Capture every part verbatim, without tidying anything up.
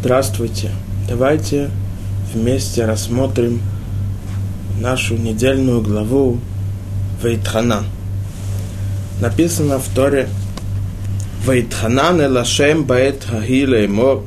Здравствуйте! Давайте вместе рассмотрим нашу недельную главу Ваитханан. Написано в Торе: Ваитханан эль Ашем баэт хаги леймор.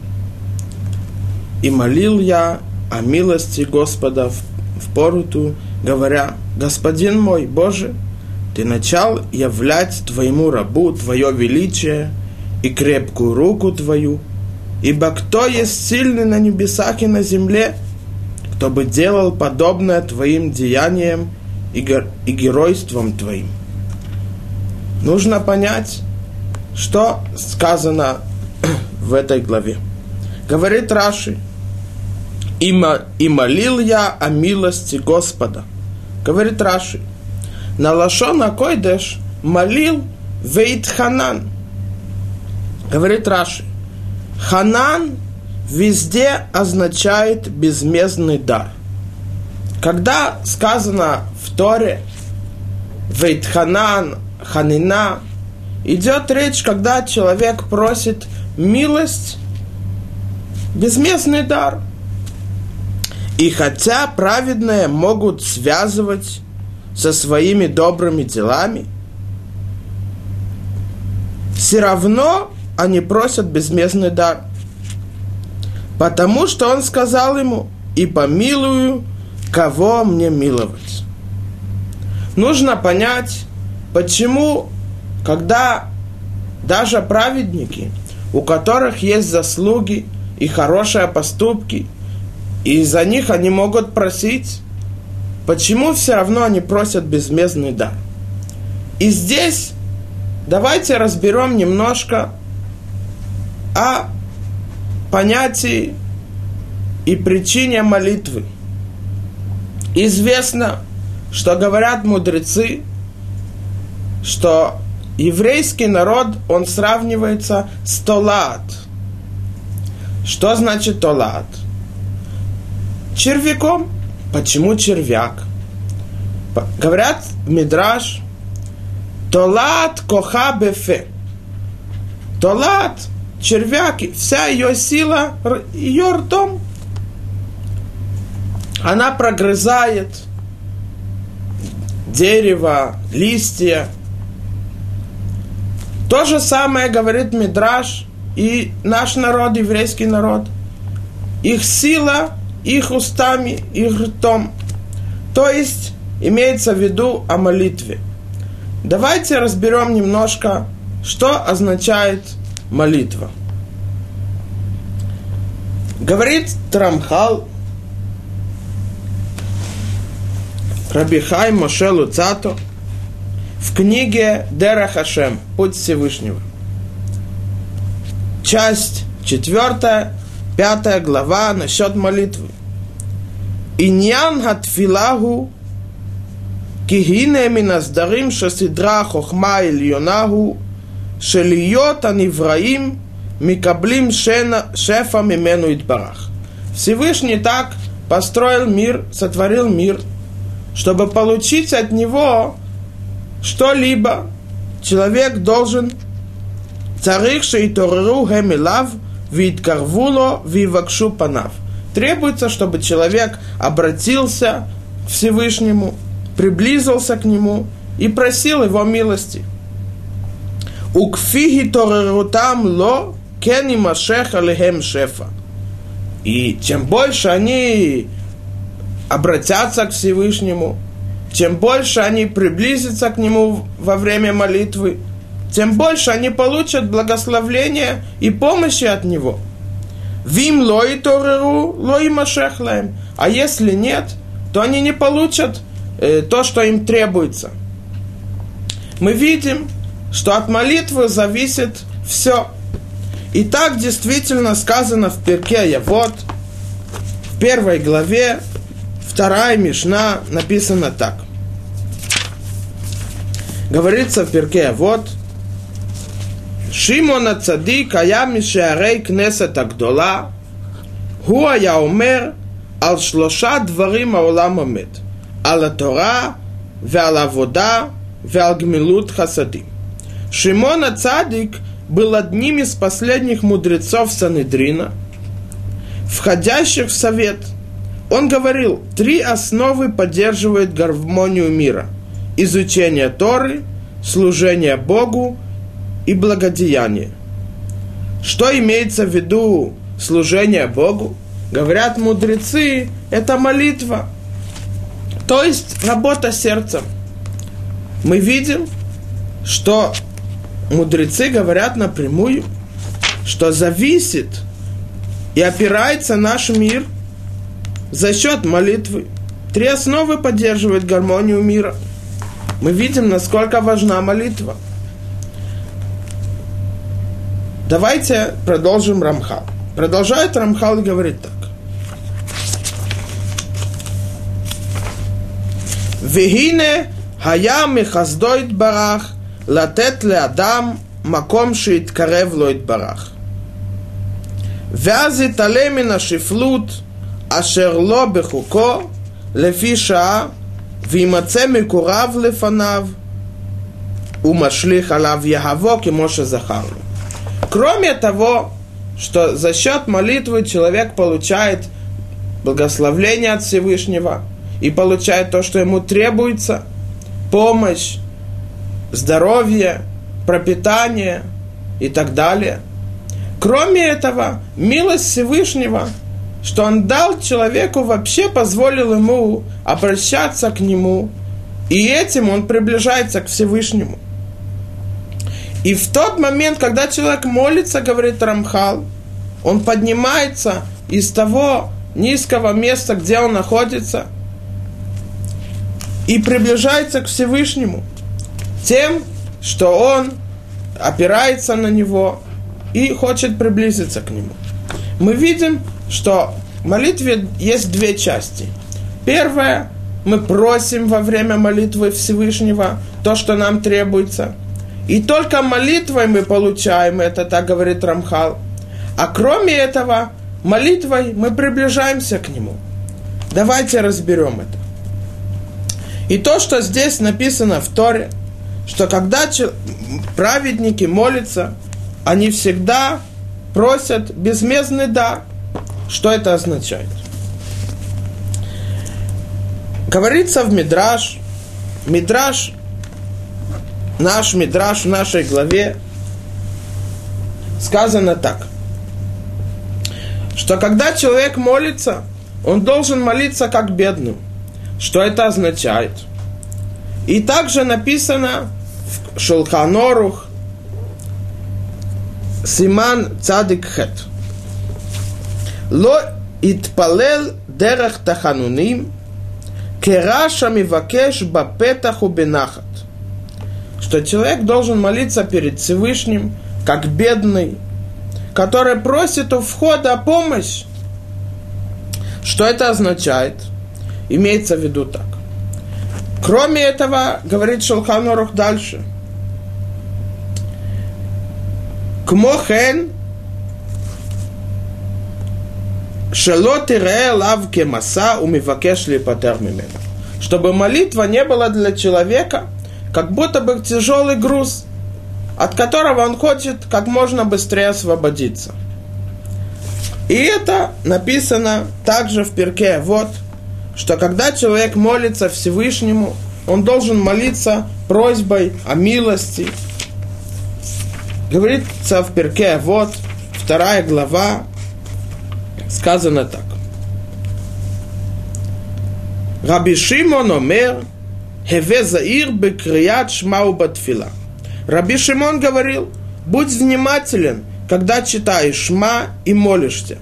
И молил я о милости Господа в, в поруту, говоря: Господин мой, Боже, Ты начал являть Твоему рабу Твое величие и крепкую руку Твою, ибо кто есть сильный на небесах и на земле, кто бы делал подобное Твоим деяниям и, гер- и геройством Твоим. Нужно понять, что сказано в этой главе. Говорит Раши: и, мо- и молил я о милости Господа. Говорит Раши: на лашон а-койдеш молил вейтханан. Говорит Раши: Ханан везде означает безмездный дар. Когда сказано в Торе Вейтханан, Ханина, идет речь, когда человек просит милость, безмездный дар. И хотя праведные могут связывать со своими добрыми делами, все равно они просят безмездный дар. Потому что он сказал ему: и помилую, кого мне миловать. Нужно понять, почему, когда даже праведники, у которых есть заслуги и хорошие поступки, и за них они могут просить, почему все равно они просят безмездный дар. И здесь давайте разберем немножко о понятии и причине молитвы. Известно, что говорят мудрецы, что еврейский народ, он сравнивается с толаат. Что значит толаат? Червяком. Почему червяк? Говорят мидраш: толаат коха бефе. Толаат, червяк, вся ее сила, ее ртом. Она прогрызает дерево, листья. То же самое говорит мидраш и наш народ, еврейский народ. Их сила, их устами, их ртом. То есть имеется в виду о молитве. Давайте разберем немножко, что означает молитва. Говорит Рамхал, Раби Хаим Моше Луцато, в книге Дерех Ашем, Путь Всевышнего, часть четвертая, пятая глава, насчет молитвы. Иньян хатфилаху кихине миназдарим шасидра хохма ильонаху шелиот анивраим микаблим шефа мимену идбарах. Всевышний так построил мир, сотворил мир, чтобы получить от него что-либо. Человек должен царих шейтореру гемилав виткарвуло вивакшу панав. Требуется, чтобы человек обратился к Всевышнему, приблизился к нему и просил его милости. Укфиги торерутам ло кени машех алехем шефа. И чем больше они обратятся к Всевышнему, чем больше они приблизятся к нему во время молитвы, тем больше они получат благословения и помощи от него. Вим лои тореру лои машехлаем. А если нет, то они не получат э, то, что им требуется. Мы видим, что от молитвы зависит все. И так действительно сказано в Перкей Авот, в первой главе, вторая Мишна, написано так. Говорится в Перкей Авот: Шимон ацадик ая мишаарей кнесет агдола, הוא היה אומר על שלושה דברים העולם עומד, על התורה ועל עבודה ועל גמילות חסדים. Шимон ацадик был одним из последних мудрецов Санедрина, входящих в совет. Он говорил, три основы поддерживают гармонию мира: изучение Торы, служение Богу и благодеяние. Что имеется в виду служение Богу? Говорят мудрецы, это молитва, то есть работа сердцем. Мы видим, что мудрецы говорят напрямую, что зависит и опирается наш мир за счет молитвы. Три основы поддерживают гармонию мира. Мы видим, насколько важна молитва. Давайте продолжим Рамхал. Продолжает Рамхал и говорит так. Вегине хая михаздоит барах латет леадам маком шииткарев лоит барах. ואז יתעלה מן השפלות אשר לא בחוקו לפי שעה וימצא מקורב לפניו ומשליך עליו יהבו כמו שזכרנו. Кроме того, что за счет молитвы человек получает благословление от Всевышнего и получает то, что ему требуется, помощь, здоровье, пропитание и так далее. Кроме этого, милость Всевышнего, что Он дал человеку, вообще позволил ему обращаться к Нему, и этим он приближается к Всевышнему. И в тот момент, когда человек молится, говорит Рамхал, он поднимается из того низкого места, где он находится, и приближается к Всевышнему тем, что он опирается на Него и хочет приблизиться к Нему. Мы видим, что в молитве есть две части. Первая, мы просим во время молитвы Всевышнего то, что нам требуется. И только молитвой мы получаем это, так говорит Рамхал. А кроме этого, молитвой мы приближаемся к Нему. Давайте разберем это. И то, что здесь написано в Торе, что когда праведники молятся, они всегда просят безмездный дар. Что это означает? Говорится в Мидраш, Мидраш, наш Мидраш в нашей главе, сказано так, что когда человек молится, он должен молиться как бедным. Что это означает? И также написано в Шулхан Орух, Симан Цадик Хет. Ло итпалел дерех тахануним, кераша мивакеш бапетаху бенахат. Что человек должен молиться перед Всевышним, как бедный, который просит у входа помощь. Что это означает? Имеется в виду так. Кроме этого, говорит Шулхан Орух дальше. Кмохен шело тире лав кемаса умивакеш липатер мимену. Чтобы молитва не была для человека как будто бы тяжелый груз, от которого он хочет как можно быстрее освободиться. И это написано также в Перке вот, что когда человек молится Всевышнему, он должен молиться просьбой о милости. Говорится в Перке вот, вторая глава, сказано так. Раби Шимон омер, хеве заир бекрият шмау батфила. Раби Шимон говорил, будь внимателен, когда читаешь шма и молишься.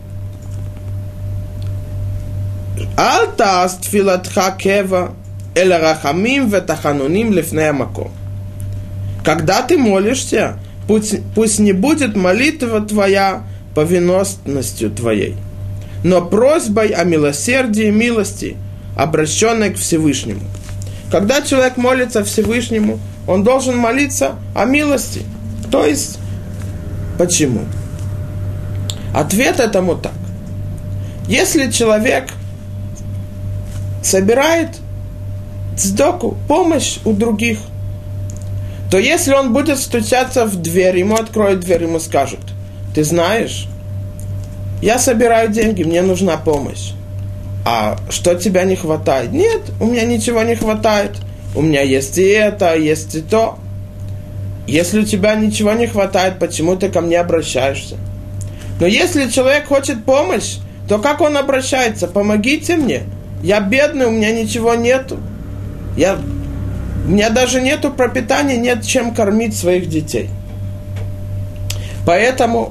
Аль таас тфилатха кева, эль рахамим ветахануним лифней маком. Когда ты молишься, пусть, пусть не будет молитва твоя повинностью твоей, но просьбой о милосердии и милости, обращенной к Всевышнему. Когда человек молится Всевышнему, он должен молиться о милости. То есть, почему? Ответ этому так. Если человек собирает цдоку, помощь у других, то если он будет стучаться в дверь, ему откроет дверь, ему скажут: ты знаешь, я собираю деньги, мне нужна помощь. А что тебя не хватает? Нет, у меня ничего не хватает. У меня есть и это, есть и то. Если у тебя ничего не хватает, почему ты ко мне обращаешься? Но если человек хочет помощь, то как он обращается? Помогите мне. Я бедный, у меня ничего нету. Я, у меня даже нету пропитания, нет чем кормить своих детей. Поэтому,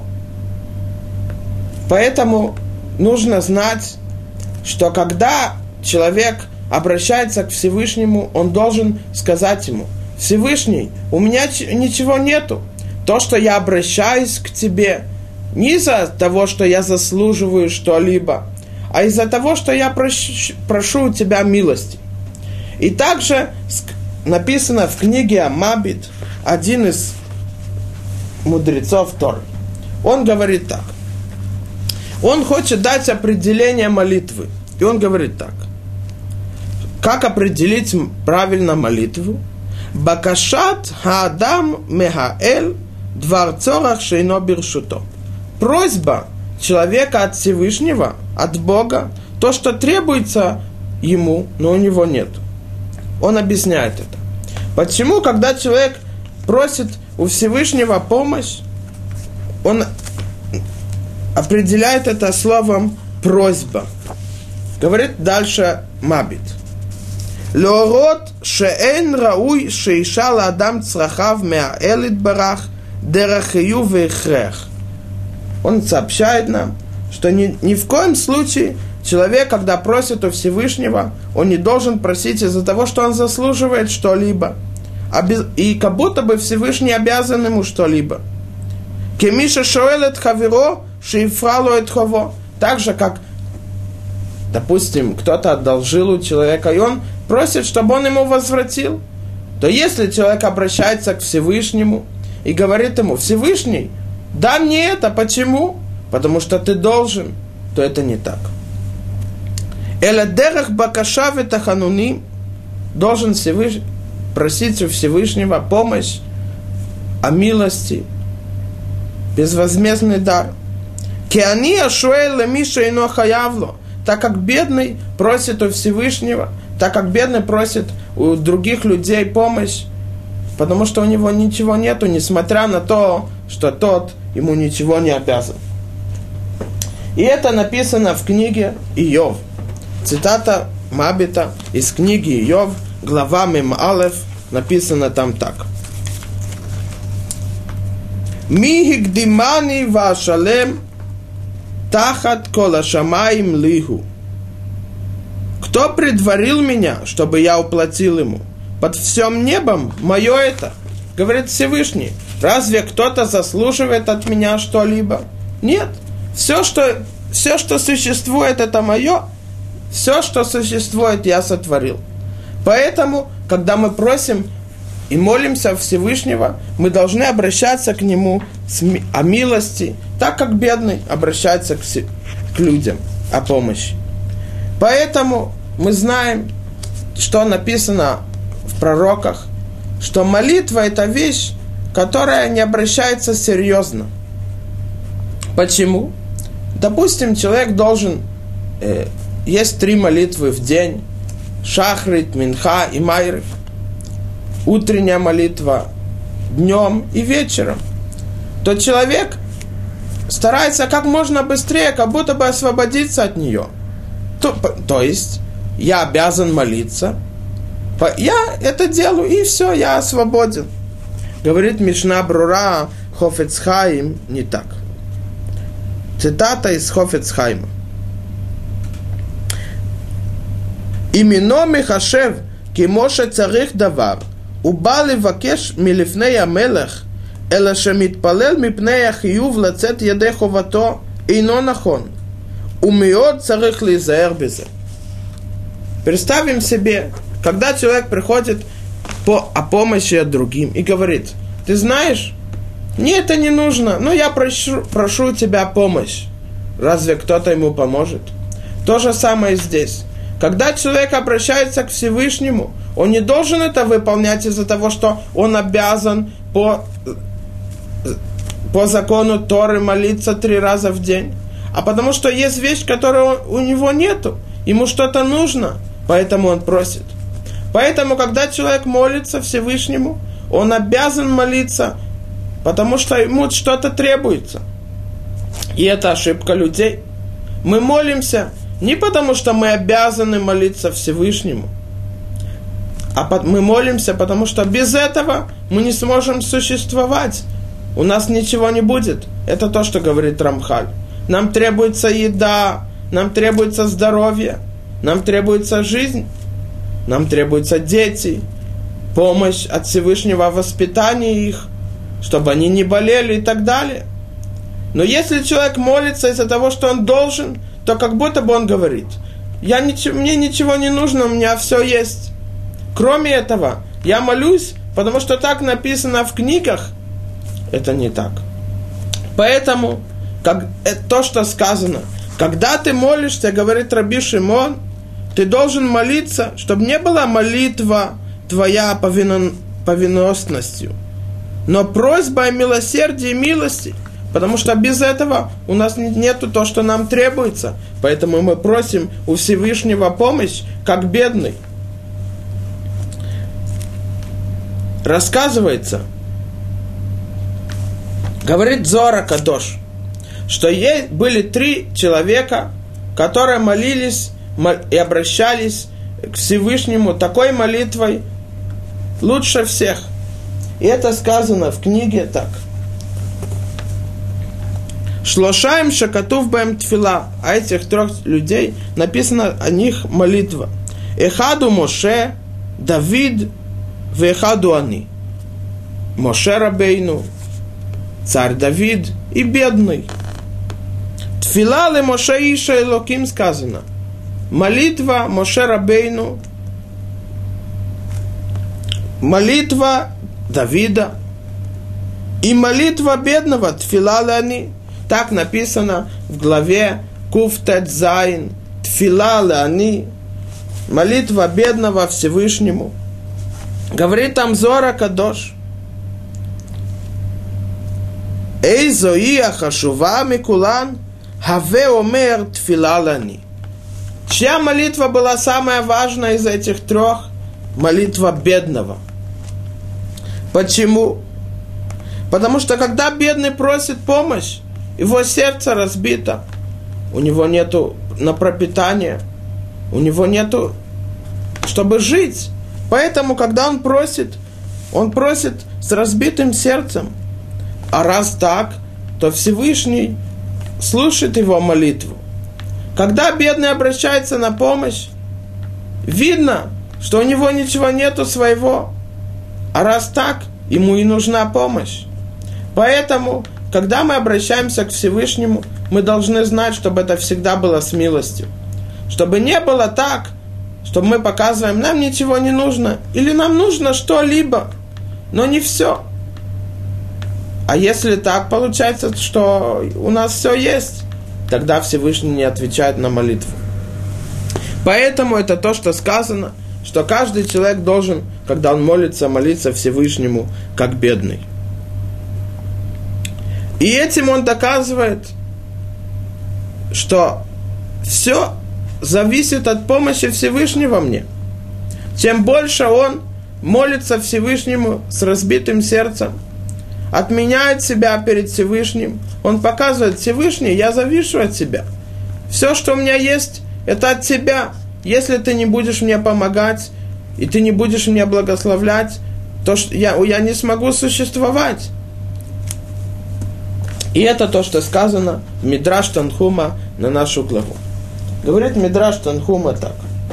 поэтому нужно знать, что когда человек обращается к Всевышнему, он должен сказать ему: Всевышний, у меня ничего нету. То, что я обращаюсь к тебе, не из-за того, что я заслуживаю что-либо, а из-за того, что я прошу, прошу у тебя милости. И также написано в книге Амабит, один из мудрецов Торы. Он говорит так. Он хочет дать определение молитвы. И он говорит так. Как определить правильно молитву? Бакашат хаадам мегаэль двар цорах шейно биршуто. Просьба человека от Всевышнего, от Бога, то, что требуется ему, но у него нет. Он объясняет это. Почему, когда человек просит у Всевышнего помощь, он определяет это словом «просьба». Говорит дальше Мабит. «Леорот шеэн рауй шеиша ладам црахав меаэлит барах дерахию вехрех». Он сообщает нам, что ни, ни в коем случае человек, когда просит у Всевышнего, он не должен просить из-за того, что он заслуживает что-либо. И как будто бы Всевышний обязан ему что-либо. Кемиша шоэлет хаверо шейфрало эт хово. Так же, как, допустим, кто-то одолжил у человека, и он просит, чтобы он ему возвратил. То если человек обращается к Всевышнему и говорит ему: Всевышний, да мне это, почему? Потому что ты должен, то это не так. Эладерах бакаша ветахануни, должен Всевыш... просить у Всевышнего помощь о милости, безвозмездный дар. Кеани ашуэль лемиша ино хаявло, так как бедный просит у Всевышнего, так как бедный просит у других людей помощь, потому что у него ничего нету, несмотря на то, что тот ему ничего не обязан. И это написано в книге Иов. Цитата Мабита из книги Иов, глава Мем Алеф, написано там так. Ми хикдимани вашалем тахат кола шамаим лиху. Кто предварил меня, чтобы я уплатил ему? Под всем небом мое это, говорит Всевышний. Разве кто-то заслуживает от меня что-либо? Нет. Все, что, все, что существует, это мое. Все, что существует, я сотворил. Поэтому, когда мы просим и молимся Всевышнего, мы должны обращаться к Нему с, о милости, так как бедный обращается к, к людям о помощи. Поэтому мы знаем, что написано в пророках, что молитва – это вещь, которая не обращается серьезно. Почему? Допустим, человек должен... Э, есть три молитвы в день. Шахрит, Минха и Майрив. Утренняя молитва днем и вечером. То человек старается как можно быстрее, как будто бы освободиться от нее. То, то есть, я обязан молиться. Я это делаю, и все, я свободен. Говорит Мишна Брура, Хофец Хаим, не так. Цитата из Хофец Хаима. Именно Михашев, кимоше царих давар, убал левакеш милифней амелех, אלא שמתפלל מפני החיוב לצאת ידי חובתו אינו נכון, ומאוד צריך להיזהר בזה. Представим себе, когда человек приходит по, о помощи от другим и говорит: ты знаешь, мне это не нужно, но я прошу, прошу тебя помощь. Разве кто-то ему поможет? То же самое здесь. Когда человек обращается к Всевышнему, он не должен это выполнять из-за того, что он обязан по, по закону Торы молиться три раза в день, а потому что есть вещь, которой у него нету. Ему что-то нужно, поэтому он просит. Поэтому, когда человек молится Всевышнему, он обязан молиться, потому что ему что-то требуется. И это ошибка людей. Мы молимся не потому, что мы обязаны молиться Всевышнему, а мы молимся, потому что без этого мы не сможем существовать. У нас ничего не будет. Это то, что говорит Рамхаль. Нам требуется еда, нам требуется здоровье, нам требуется жизнь, нам требуются дети, помощь от Всевышнего в воспитании их, чтобы они не болели и так далее. Но если человек молится из-за того, что он должен, то как будто бы он говорит: я ничего, мне ничего не нужно, у меня все есть. Кроме этого, я молюсь, потому что так написано в книгах. Это не так. Поэтому, как, это то, что сказано, когда ты молишься, говорит Раби Шимон, ты должен молиться, чтобы не была молитва твоя повино, повинностностью, но просьба о милосердии и милости, потому что без этого у нас нету то, что нам требуется. Поэтому мы просим у Всевышнего помощь, как бедный. Рассказывается, говорит Зоар ха-Кадош, что есть, были три человека, которые молились и обращались к Всевышнему такой молитвой лучше всех. И это сказано в книге так. Шлошаем шакатув бэм тфила. А этих трех людей написано о них молитва. Эхаду Моше, Давид, вехаду они. Моше Рабейну, царь Давид и бедный. Тфила ле Моше иша Элоким сказано. Молитва Моше Рабейну, молитва Давида и молитва бедного Тфила ле они. Так написано в главе Куфтет Зайн. Тфила ле они, молитва бедного Всевышнему. Говорит там Зоар ха-Кадош. Эй зои ахашува микулан, хаве омер тфила ле они. Чья молитва была самая важная из этих трех? Молитва бедного. Почему? Потому что когда бедный просит помощь, его сердце разбито, у него нету на пропитание, у него нету, чтобы жить. Поэтому, когда он просит, он просит с разбитым сердцем. А раз так, то Всевышний слушает его молитву. Когда бедный обращается на помощь, видно, что у него ничего нету своего. А раз так, ему и нужна помощь. Поэтому, когда мы обращаемся к Всевышнему, мы должны знать, чтобы это всегда было с милостью. Чтобы не было так, чтобы мы показываем, нам ничего не нужно, или нам нужно что-либо, но не все. А если так получается, что у нас все есть, тогда Всевышний не отвечает на молитву. Поэтому это то, что сказано, что каждый человек должен, когда он молится, молиться Всевышнему, как бедный. И этим он доказывает, что все зависит от помощи Всевышнего мне. Чем больше он молится Всевышнему с разбитым сердцем, отменяет себя перед Всевышним, он показывает: Всевышний, я завишу от тебя. Все, что у меня есть, это от тебя. Если ты не будешь мне помогать, и ты не будешь меня благословлять, то я, я не смогу существовать. И это то, что сказано в Мидраш Танхума на нашу главу. Говорит Мидраш Танхума так.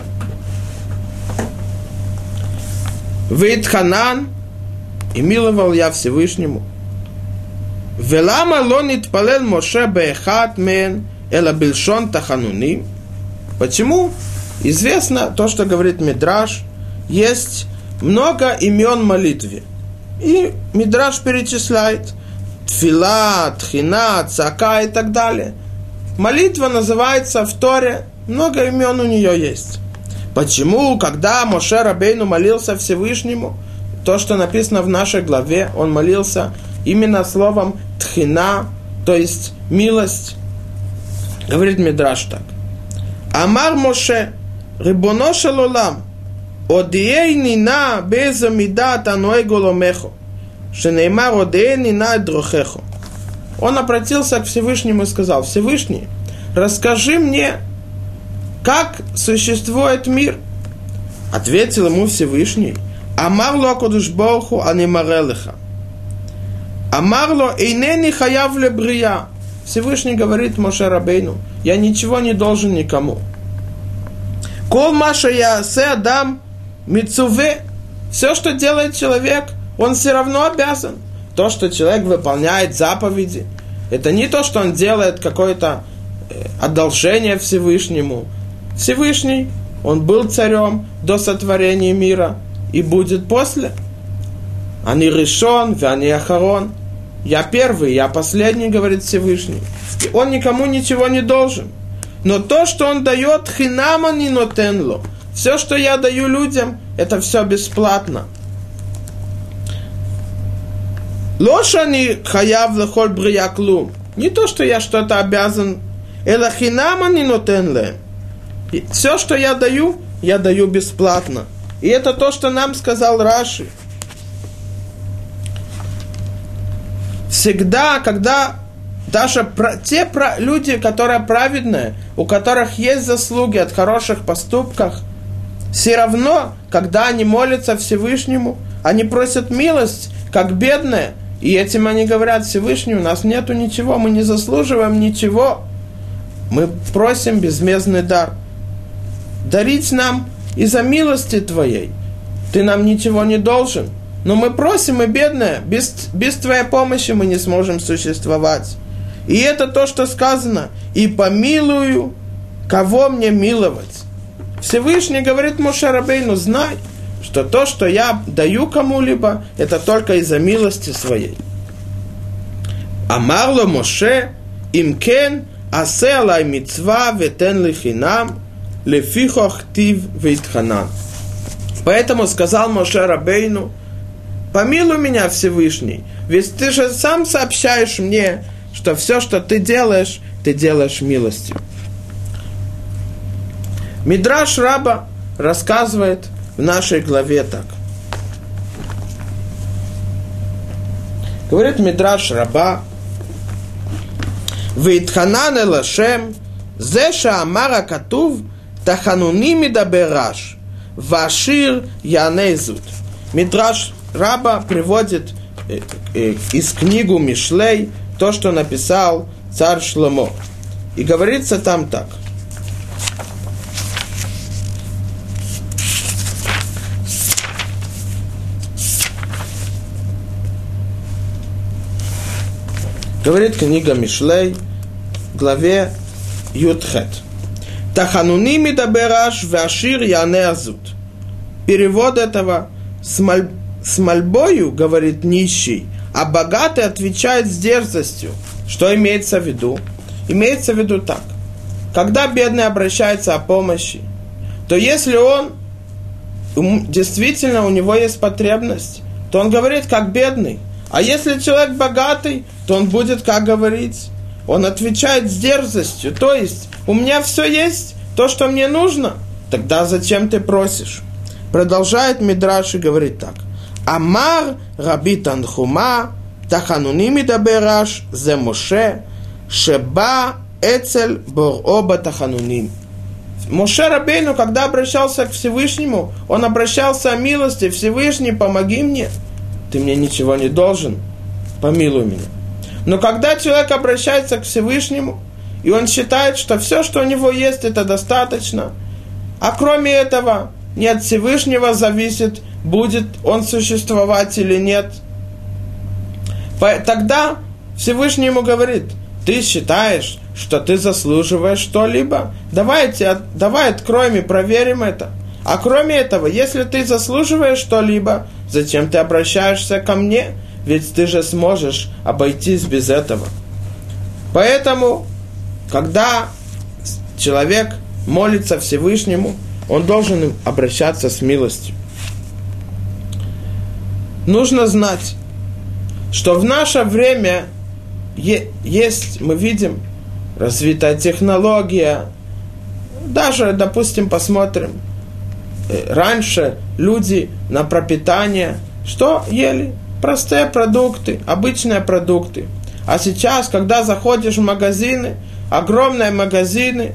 Вейтханан, и миловал я Всевышнему. Велама лонит палел Моше беехат мен эла бельшон тахануним. Почему? Известно то, что говорит Мидраш. Есть много имен молитве. И Мидраш перечисляет тфила, тхина, цака и так далее. Молитва называется в Торе, много имен у нее есть. Почему, когда Моше Рабейну молился Всевышнему, то, что написано в нашей главе, он молился именно словом тхина, то есть милость. Говорит Мидраш так. Амар Моше, Рибоно шел олам, одией нина беза мидат аной голомехо, шенеймар одией нина дрохехо. Он обратился к Всевышнему и сказал: Всевышний, расскажи мне, как существует мир. Ответил ему Всевышний: Амарло акодуш борху анимарелеха. Амарло эйнени хаяв лебрия. Всевышний говорит Моше Рабейну: я ничего не должен никому. Кол маша ясе адам мицуве. Все, что делает человек, он все равно обязан. То, что человек выполняет заповеди, это не то, что он делает какое-то одолжение Всевышнему. Всевышний, он был царем до сотворения мира и будет после. Ани решен, вани ахарон. Я первый, я последний, говорит Всевышний. И он никому ничего не должен. Но то, что он дает, хинама не нотенло. Все, что я даю людям, это все бесплатно. Лошани хаяв лехоль брия клум. Не то, что я что-то обязан. Эла хинама не нотенле. Все, что я даю, я даю бесплатно. И это то, что нам сказал Раши. Всегда, когда даже те люди, которые праведные, у которых есть заслуги от хороших поступков, все равно, когда они молятся Всевышнему, они просят милость, как бедные, и этим они говорят: Всевышний, у нас нету ничего, мы не заслуживаем ничего, мы просим безмездный дар. Дарить нам из-за милости Твоей. Ты нам ничего не должен. Но мы просим, и бедные, без, без Твоей помощи мы не сможем существовать. И это то, что сказано: и помилую, кого мне миловать. Всевышний говорит Моше Рабейну: знай, что то, что я даю кому-либо, это только из-за милости своей. Амарло Моше, имкен, асе алай мицва, ветен лихинам, лефихох тив вейтханан. Поэтому сказал Моше Рабейну: помилуй меня, Всевышний, ведь ты же сам сообщаешь мне, что все, что ты делаешь, ты делаешь милостью. Мидраш Раба рассказывает в нашей главе так. Говорит Мидраш Раба: Вейтханан эл Ашем, зе шаамар акатув, тахануни мидабераш, вашир янезут. Мидраш Раба приводит э, э, из книгу Мишлей то, что написал царь Шломо. И говорится там так. Говорит книга Мишлей, в главе Ютхет. Тахануни мидабераш вашир яне азут. Перевод этого: с, моль... с мольбою, говорит нищий, а богатый отвечает с дерзостью. Что имеется в виду? Имеется в виду так. Когда бедный обращается о помощи, то если он действительно у него есть потребность, то он говорит как бедный. А если человек богатый, то он будет как говорить. Он отвечает с дерзостью. То есть, у меня все есть, то, что мне нужно. Тогда зачем ты просишь? Продолжает Мидраш и говорит так. Амар Раби Танхума, тахануни мидабераш зе Моше, шеба эцель бороба тахануним. Моше Рабейну, когда обращался к Всевышнему, он обращался о милости: Всевышний, помоги мне. Ты мне ничего не должен, помилуй меня. Но когда человек обращается к Всевышнему, и он считает, что все, что у него есть, это достаточно, а кроме этого не от Всевышнего зависит, будет он существовать или нет, тогда Всевышний ему говорит: ты считаешь, что ты заслуживаешь что-либо? Давайте, давай откроем и проверим это. А кроме этого, если ты заслуживаешь что-либо, зачем ты обращаешься ко мне? Ведь ты же сможешь обойтись без этого. Поэтому, когда человек молится Всевышнему, он должен обращаться с милостью. Нужно знать, что в наше время есть, мы видим, развитая технология. Даже, допустим, посмотрим, раньше люди на пропитание что ели? Простые продукты, обычные продукты. А сейчас, когда заходишь в магазины, огромные магазины,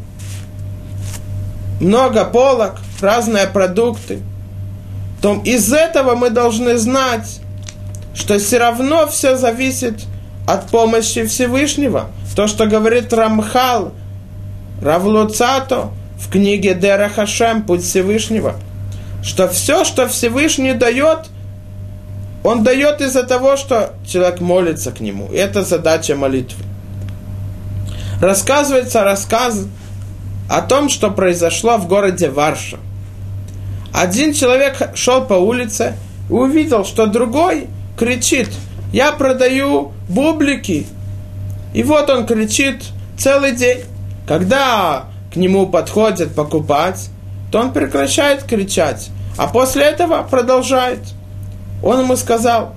много полок, разные продукты, то из этого мы должны знать, что все равно все зависит от помощи Всевышнего. То, что говорит Рамхал, Рав Луцато в книге Дерех Ашем, Путь Всевышнего, что все, что Всевышний дает, он дает из-за того, что человек молится к нему. И это задача молитвы. Рассказывается рассказ о том, что произошло в городе Варша. Один человек шел по улице и увидел, что другой кричит: «Я продаю бублики». И вот он кричит целый день. Когда к нему подходит покупать, то он прекращает кричать, а после этого продолжает. Он ему сказал: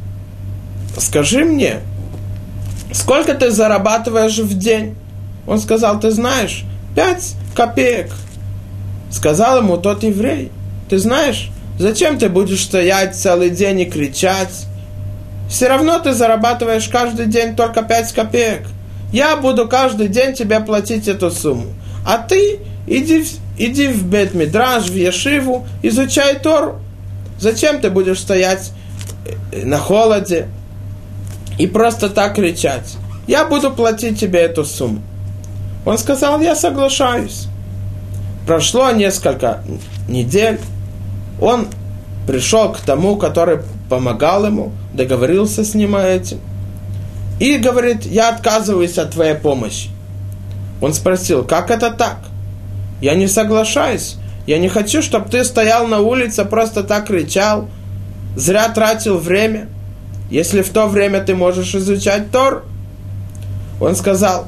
«Скажи мне, сколько ты зарабатываешь в день?» Он сказал: «Ты знаешь, пять копеек». Сказал ему тот еврей: «Ты знаешь, зачем ты будешь стоять целый день и кричать? Все равно ты зарабатываешь каждый день только пять копеек. Я буду каждый день тебе платить эту сумму. А ты иди, иди в Бет-Мидраш, в Ешиву, изучай Тору. Зачем ты будешь стоять на холоде и просто так кричать? Я буду платить тебе эту сумму». Он сказал: «Я соглашаюсь». Прошло несколько недель. Он пришел к тому, который помогал ему, договорился с ним о этом. И говорит: «Я отказываюсь от твоей помощи». Он спросил: «Как это так? Я не соглашаюсь. Я не хочу, чтобы ты стоял на улице, просто так кричал, зря тратил время, если в то время ты можешь изучать Тору». Он сказал: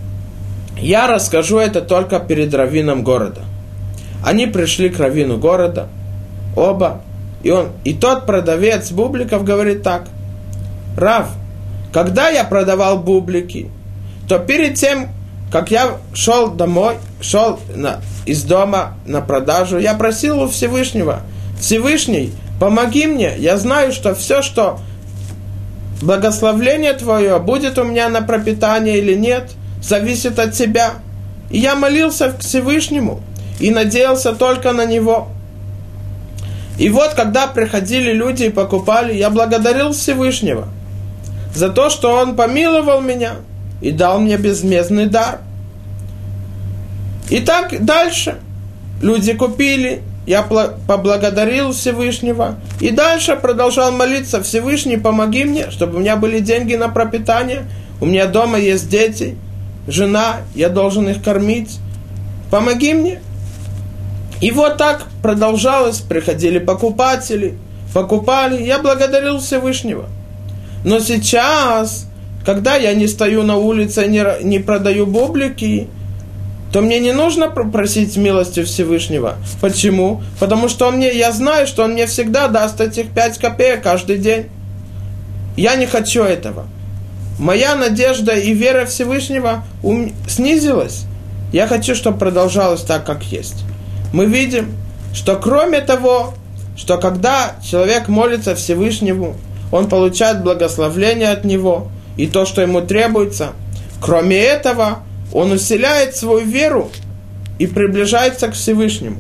«Я расскажу это только перед раввином города». Они пришли к раввину города, оба, и, он, и тот продавец бубликов говорит так: «Рав, когда я продавал бублики, то перед тем, как я шел домой, шел на, из дома на продажу, я просил у Всевышнего: Всевышний, помоги мне, я знаю, что все, что благословление Твое будет у меня на пропитание или нет, зависит от Тебя». И я молился к Всевышнему и надеялся только на Него. И вот, когда приходили люди и покупали, я благодарил Всевышнего за то, что Он помиловал меня и дал мне безмездный дар. И так дальше. Люди купили, я поблагодарил Всевышнего и дальше продолжал молиться: Всевышний, помоги мне, чтобы у меня были деньги на пропитание. У меня дома есть дети, жена, я должен их кормить. Помоги мне. И вот так продолжалось, приходили покупатели, покупали, я благодарил Всевышнего. Но сейчас, когда я не стою на улице, не, не продаю бублики, то мне не нужно просить милости Всевышнего. Почему? Потому что он мне, я знаю, что он мне всегда даст этих пять копеек каждый день. Я не хочу этого. Моя надежда и вера Всевышнего ум... снизилась. Я хочу, чтобы продолжалось так, как есть. Мы видим, что кроме того, что когда человек молится Всевышнему, он получает благословление от Него и то, что ему требуется. Кроме этого, он усиляет свою веру и приближается к Всевышнему.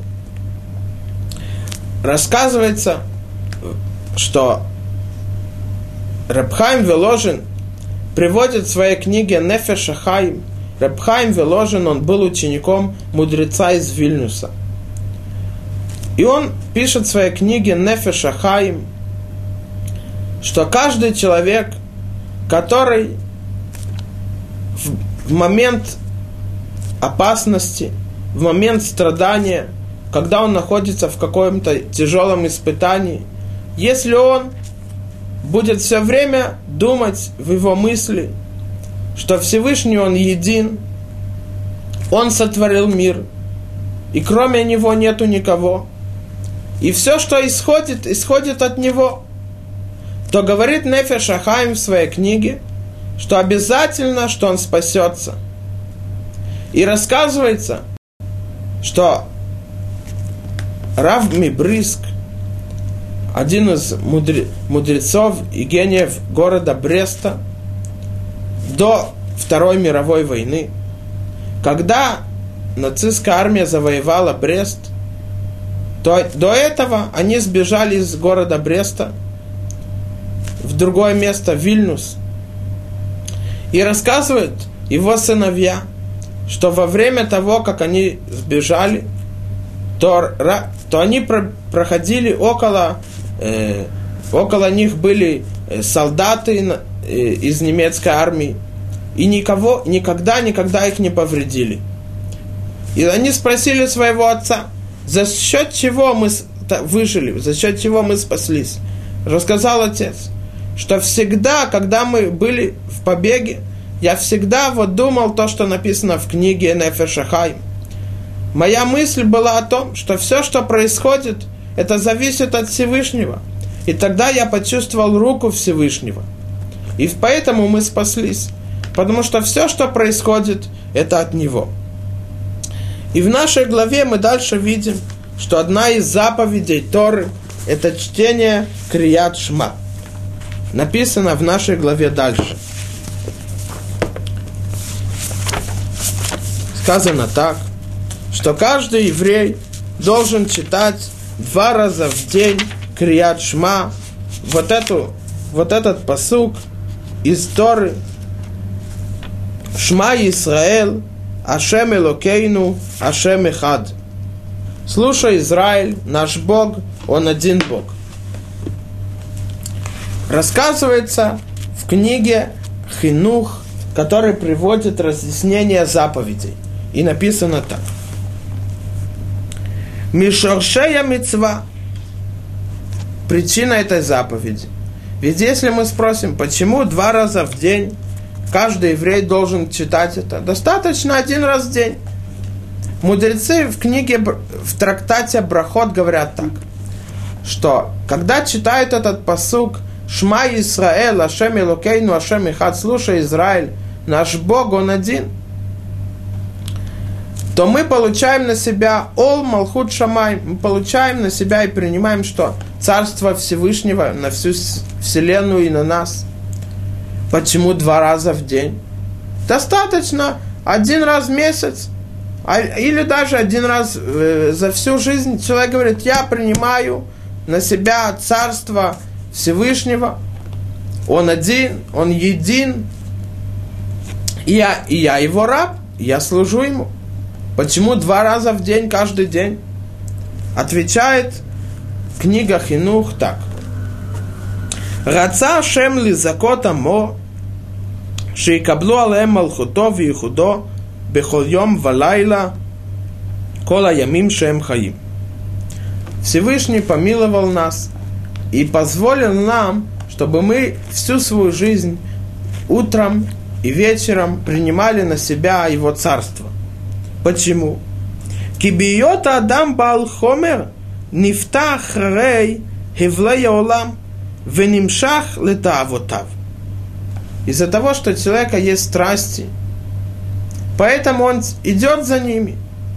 Рассказывается, что Реб Хаим Воложин приводит в своей книге Нефеш ха-Хаим. Реб Хаим Воложин, он был учеником мудреца из Вильнюса. И он пишет в своей книге Нефеш ха-Хаим, что каждый человек, который в момент опасности, в момент страдания, когда он находится в каком-то тяжелом испытании, если он будет все время думать в его мысли, что Всевышний Он един, Он сотворил мир, и кроме Него нету никого, и все, что исходит, исходит от Него, то говорит Нефеш ха-Хаим в своей книге, что обязательно, что он спасется. И рассказывается, что Рав Мибриск, один из мудре, мудрецов и гениев города Бреста, до Второй мировой войны, когда нацистская армия завоевала Брест, то до этого они сбежали из города Бреста в другое место, Вильнюс. И рассказывают его сыновья, что во время того, как они сбежали, то, то они про, проходили около, э, около них были солдаты э, из немецкой армии, и никого, никогда, никогда их не повредили. И они спросили своего отца, за счет чего мы выжили, за счет чего мы спаслись. Рассказал отец, что всегда, когда мы были в побеге, я всегда вот думал то, что написано в книге Нефеш Хаим. Моя мысль была о том, что все, что происходит, это зависит от Всевышнего. И тогда я почувствовал руку Всевышнего. И поэтому мы спаслись. Потому что все, что происходит, это от Него. И в нашей главе мы дальше видим, что одна из заповедей Торы – это чтение Крият Шма. Написано в нашей главе дальше. Сказано так, что каждый еврей должен читать два раза в день Крият Шма, вот, эту, вот этот пасук из Торы. Шма Исраэль, Ашем Элокейну, Ашем Эхад. Слушай, Израиль, наш Бог, Он один Бог. Рассказывается в книге Хинух, который приводит разъяснение заповедей. И написано так. Мишоршея мицва. Причина этой заповеди. Ведь если мы спросим, почему два раза в день каждый еврей должен читать это, достаточно один раз в день. Мудрецы в книге, в трактате Брахот говорят так, что когда читают этот пасук Шма Исраэль, Ашем Элокейну, Ашем Эхад, слушай, Израиль, наш Бог, Он один, то мы получаем на себя Ол Малхут Шамай, мы получаем на себя и принимаем, что Царство Всевышнего на всю вселенную и на нас. Почему два раза в день? Достаточно один раз в месяц, или даже один раз за всю жизнь человек говорит, я принимаю на себя Царство Всевышнего, Он один, Он един, и я, и я Его раб, я служу Ему. Почему два раза в день, каждый день? Отвечает книга Хинух так. Раца Шем лизакот амо, шейкаблу алеем малхуто виихудо, бехол йом валайла, кола ямим шем хаим. Всевышний помиловал нас и позволил нам, чтобы мы всю свою жизнь утром и вечером принимали на себя Его царство. Почему? Кибиота адам бал хомер нифтах рей хевлея олам венимшах летаавотав. Из-за того, что у человека есть страсти, поэтому он идет за ними.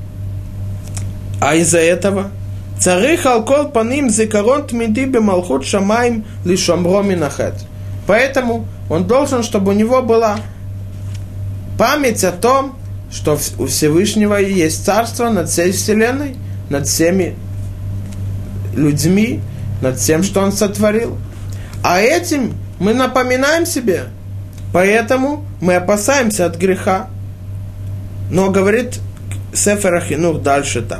А из-за этого царих алкол паним зикарон тмиди бемалхут шамаим лишомро минахет. Поэтому он должен, чтобы у него была память о том, что у Всевышнего есть царство над всей вселенной, над всеми людьми, над всем, что Он сотворил. А этим мы напоминаем себе. Поэтому мы опасаемся от греха. Но говорит Сефер Хинух дальше так.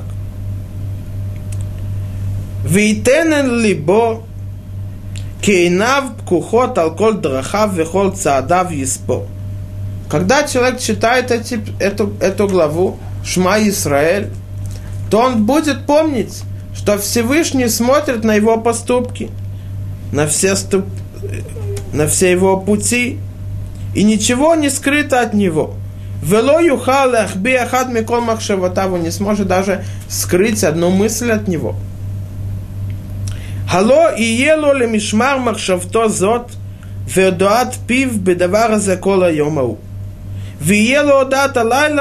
Вейтенен либо кейнав пкухот алкол драхав вехол цаадав еспо. Когда человек читает эти, эту, эту главу Шма Исраэль, то он будет помнить, что Всевышний смотрит на его поступки, на все, ступ... на все его пути, и ничего не скрыто от него. Вело юхал ахби ахад микол махшевотаву, не сможет даже скрыть одну мысль от него. Хало и ело ле мишмар махшавто зот ведоат пив бедавар азе кол хайом. ויהיה לו הודעת הלילה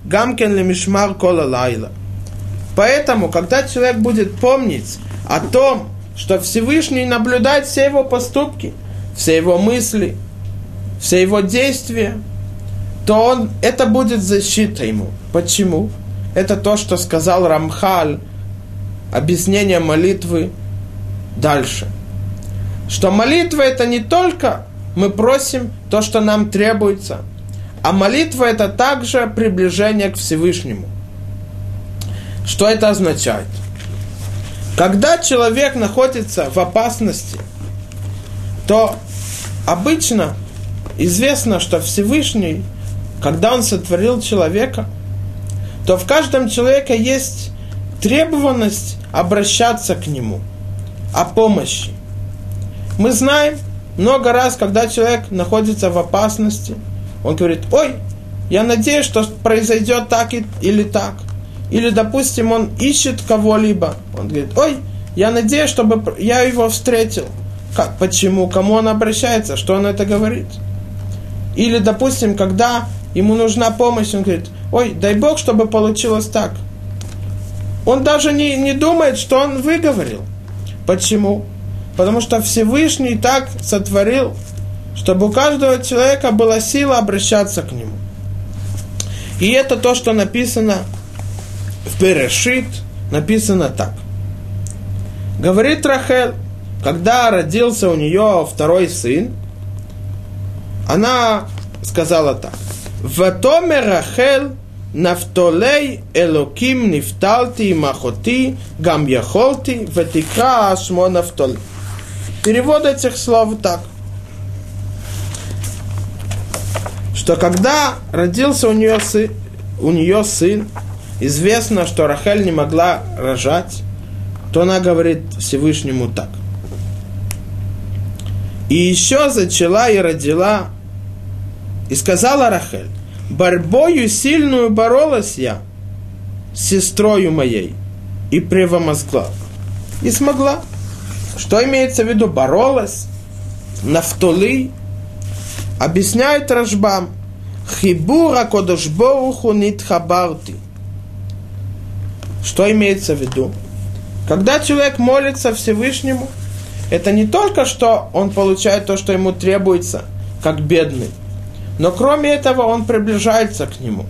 гамкен лемишмар кола лайла. Поэтому, когда человек будет помнить о том, что Всевышний наблюдает все его поступки, все его мысли, все его действия, то он, это будет защита ему. Почему? Это то, что сказал Рамхаль, объяснение молитвы дальше. Что молитва это не только мы просим то, что нам требуется, а молитва это также приближение к Всевышнему. Что это означает? Когда человек находится в опасности, то обычно известно, что Всевышний, когда Он сотворил человека, то в каждом человеке есть требованность обращаться к Нему о помощи. Мы знаем, много раз, когда человек находится в опасности, он говорит: ой, я надеюсь, что произойдет так или так. Или, допустим, он ищет кого-либо. Он говорит: ой, я надеюсь, чтобы я его встретил. Как, почему? Кому он обращается? Что он это говорит? Или, допустим, когда ему нужна помощь, он говорит: ой, дай Бог, чтобы получилось так. Он даже не, не думает, что он выговорил. Почему? Потому что Всевышний так сотворил, чтобы у каждого человека была сила обращаться к нему. И это то, что написано в Берешит, написано так. Говорит Рахель, когда родился у нее второй сын, она сказала так: «Ватомер Рахель нафтолей элоким нифталти махоти гам яхолти ветикра ашмо нафтолей». Перевод этих слов так, что когда родился у нее сын, у нее сын, известно, что Рахель не могла рожать, то она говорит Всевышнему так: «И еще зачала и родила, и сказала Рахель: борьбою сильную боролась я с сестрою моей, и превозмогла». И смогла. Что имеется в виду боролась? Нафтоли. Объясняет Рашбам: «Хибура кодош боруху нитхабарти». Что имеется в виду? Когда человек молится Всевышнему, это не только что он получает то, что ему требуется, как бедный, но кроме этого он приближается к нему.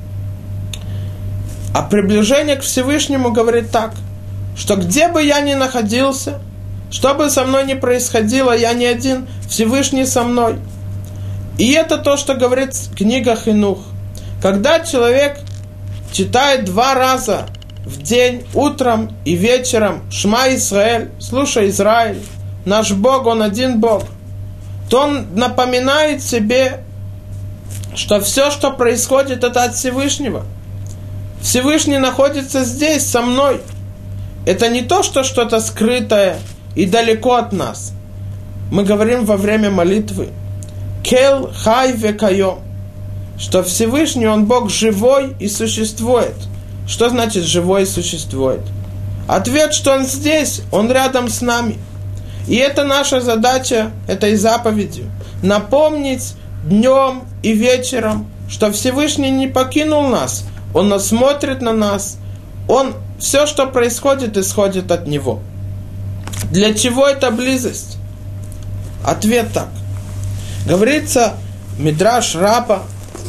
А приближение к Всевышнему говорит так, что где бы я ни находился, что бы со мной ни происходило, я не один, Всевышний со мной. И это то, что говорит книга Хинух. Когда человек читает два раза в день, утром и вечером Шма Исраэль, слушай, Израиль, наш Бог, Он один Бог, то он напоминает себе, что все, что происходит, это от Всевышнего. Всевышний находится здесь, со мной. Это не то, что что-то скрытое и далеко от нас. Мы говорим во время молитвы: «Кел хай векайом», что Всевышний, Он Бог живой и существует. Что значит живой и существует? Ответ, что Он здесь, Он рядом с нами. И это наша задача, этой заповедью, напомнить днем и вечером, что Всевышний не покинул нас, Он смотрит на нас, Он, все, что происходит, исходит от Него. Для чего эта близость? Ответ так. Говорится Мидраш Раба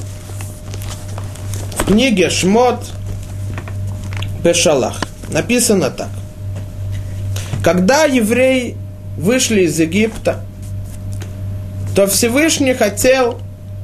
в книге Шмот Бешалах. Написано так. Когда евреи вышли из Египта, то Всевышний хотел,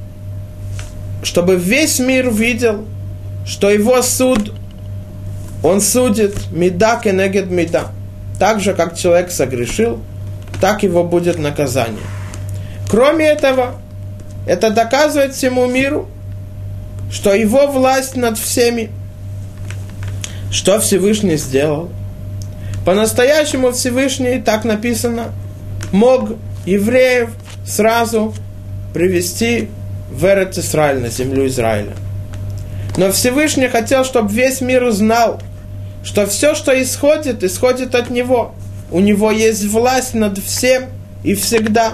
чтобы весь мир видел, что его суд, он судит мида кенегед мида. Так же, как человек согрешил, так его будет наказание. Кроме этого, это доказывает всему миру, что его власть над всеми. Что Всевышний сделал? По-настоящему Всевышний, так написано, мог евреев сразу привести в Эрец Исраиль, на землю Израиля. Но Всевышний хотел, чтобы весь мир узнал, что все, что исходит, исходит от Него. У Него есть власть над всем и всегда.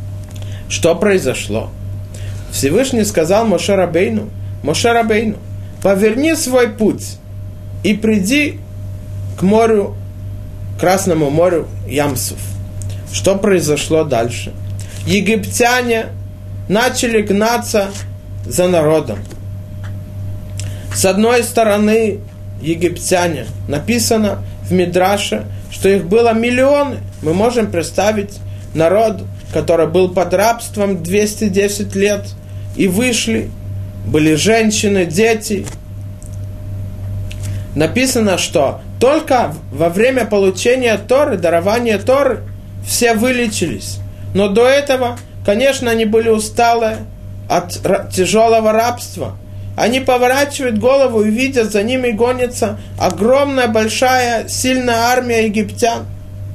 Что произошло? Всевышний сказал Моше Рабейну: Моше Рабейну, поверни свой путь и приди к морю, Красному морю Ямсуф. Что произошло дальше? Египтяне начали гнаться за народом. С одной стороны, египтяне, написано в Мидраше, что их было миллионы. Мы можем представить народ, который был под рабством двести десять лет, и вышли, были женщины, дети. Написано, что только во время получения Торы, дарования Торы, все вылечились. Но до этого, конечно, они были усталые от тяжелого рабства. Они поворачивают голову и видят, за ними гонится огромная, большая, сильная армия египтян.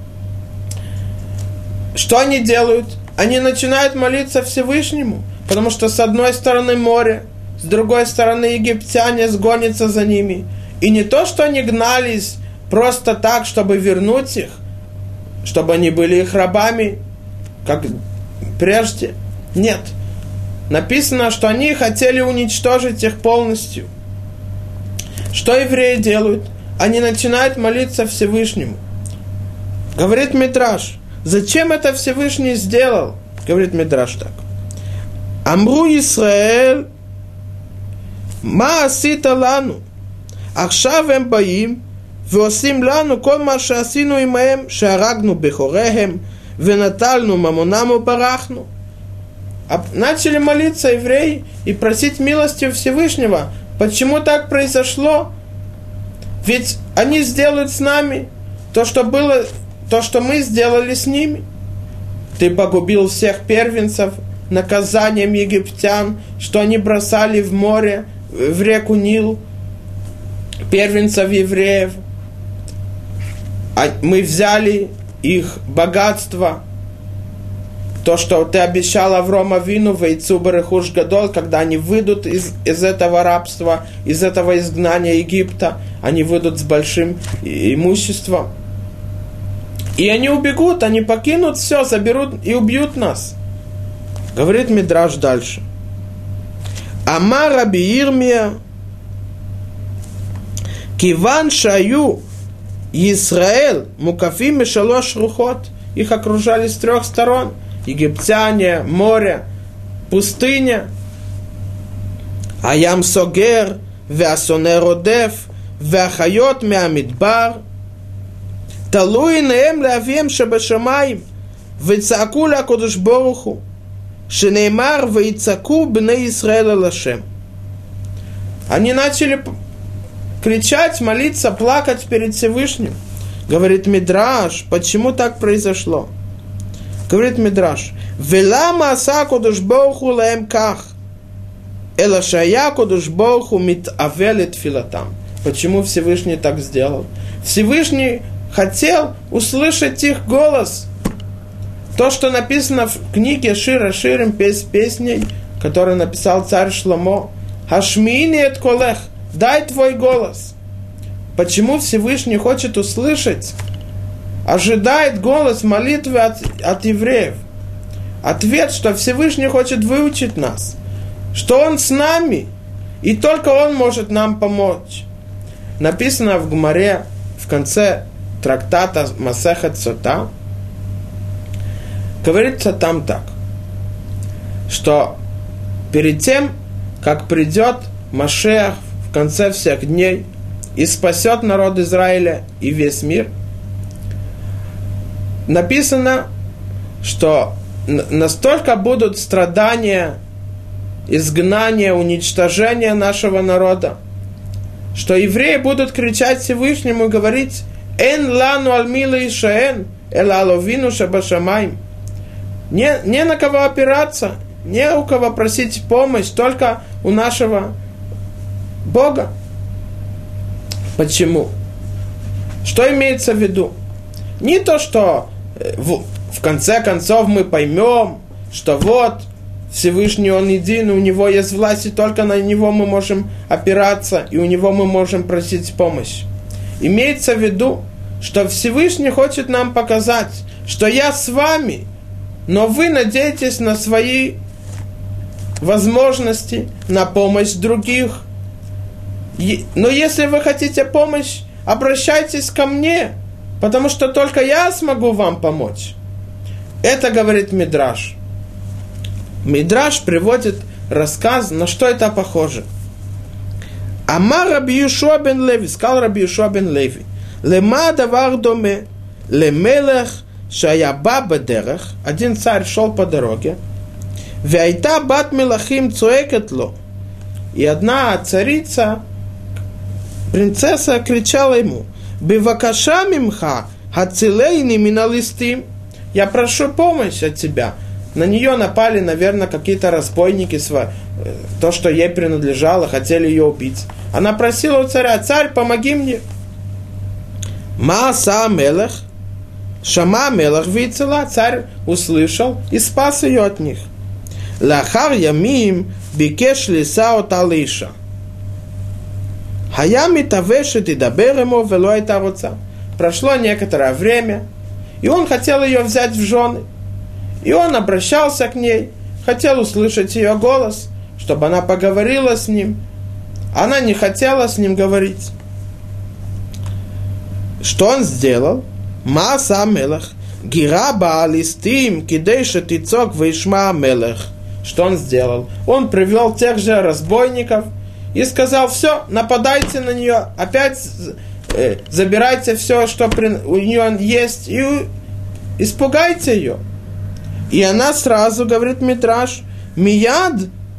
Что они делают? Они начинают молиться Всевышнему, потому что с одной стороны море, с другой стороны египтяне сгонятся за ними. И не то, что они гнались просто так, чтобы вернуть их, чтобы они были их рабами, как прежде. Нет. Написано, что они хотели уничтожить их полностью. Что евреи делают? Они начинают молиться Всевышнему. Говорит Мидраш, зачем это Всевышний сделал? Говорит Мидраш так. Амру Исраэль, ма асита лану, ахшав эм баим, ועושים לנו כל מה שעשינו עמהם, שהרגנו בכוריהם, ונטלנו ממונם וברחנו. Начали молиться евреи и просить милости у Всевышнего. Почему так произошло? Ведь они сделают с нами то, что было, то, что мы сделали с ними. Ты погубил всех первенцев наказанием египтян, что они бросали в море, в реку Нил, первенцев евреев. А мы взяли их богатство, то, что ты обещал Аврому Авину, вейцу барехуш гадол, когда они выйдут из, из этого рабства, из этого изгнания Египта, они выйдут с большим имуществом. И они убегут, они покинут все, заберут и убьют нас. Говорит Мидраш дальше. Амар Раби Ирмия, киван шаю Исраэль мукафим и шалош рухот. Их окружали с трех сторон. Египтяне, море, пустыня. Аям согер, веасоне родев, веахайот меамидбар. Талуи неем леавием шебешамаим, вецаку лакодыш боруху, шенеймар вецаку бней Исраэля лашем. Они начали кричать, молиться, плакать перед Всевышним. Говорит Мидраш, почему так произошло? Говорит Мидраш, «Велама аса кодуш боруху лаэм ках, эла шая кодуш боруху мит авелет филатам». Почему Всевышний так сделал? Всевышний хотел услышать их голос. То, что написано в книге Шира Ширим, песней, которую написал царь Шломо, «Хашмиини эт колех», дай твой голос. Почему Всевышний хочет услышать, ожидает голос молитвы от, от евреев? Ответ, что Всевышний хочет выучить нас, что Он с нами, и только Он может нам помочь. Написано в Гмаре, в конце трактата Масехет Сота, говорится там так, что перед тем, как придет Машиах в конце всех дней и спасет народ Израиля и весь мир, написано, что настолько будут страдания, изгнания, уничтожения нашего народа, что евреи будут кричать Всевышнему и говорить: «Эн лану альмила ишаэн, эла аловину шабашамайм». Не, не на кого опираться, не у кого просить помощь, только у нашего Бога. Почему? Что имеется в виду? Не то, что в, в конце концов мы поймем, что вот Всевышний Он един, у Него есть власть, и только на Него мы можем опираться, и у Него мы можем просить помощь. Имеется в виду, что Всевышний хочет нам показать, что я с вами, но вы надеетесь на свои возможности, на помощь других. Но если вы хотите помощь, обращайтесь ко мне, потому что только я смогу вам помочь. Это говорит Мидраш. Мидраш приводит рассказ, на что это похоже. Амар Раби Йешуа бен Леви, сказал Раби Йешуа бен Леви, лема давар доме, лемелех шая ба бедерех, один царь шел по дороге, вейта бат мелахим цуэкет ло, и одна царица, принцесса, кричала ему, бивакаша мимха, хацилейни миналистим, я прошу помощи от тебя. На нее напали, наверное, какие-то разбойники, то, что ей принадлежало, хотели ее убить. Она просила у царя: царь, помоги мне. Мааса мелех, шама мелех вицела, царь услышал и спас ее от них. Лахар ямим бикеш лиса от алиша. Хаями тавешет и даберемо вело это роца. Прошло некоторое время, и он хотел ее взять в жены. И он обращался к ней, хотел услышать ее голос, чтобы она поговорила с ним. Она не хотела с ним говорить. Что он сделал? Мааса мелех, гираба алистим, кидейша тицок вейшма мелех. Что он сделал? Он привел тех же разбойников и сказал: все, нападайте на нее, опять э, забирайте все, что при, у нее есть, и испугайте ее. И она сразу, говорит Мидраш, мияд,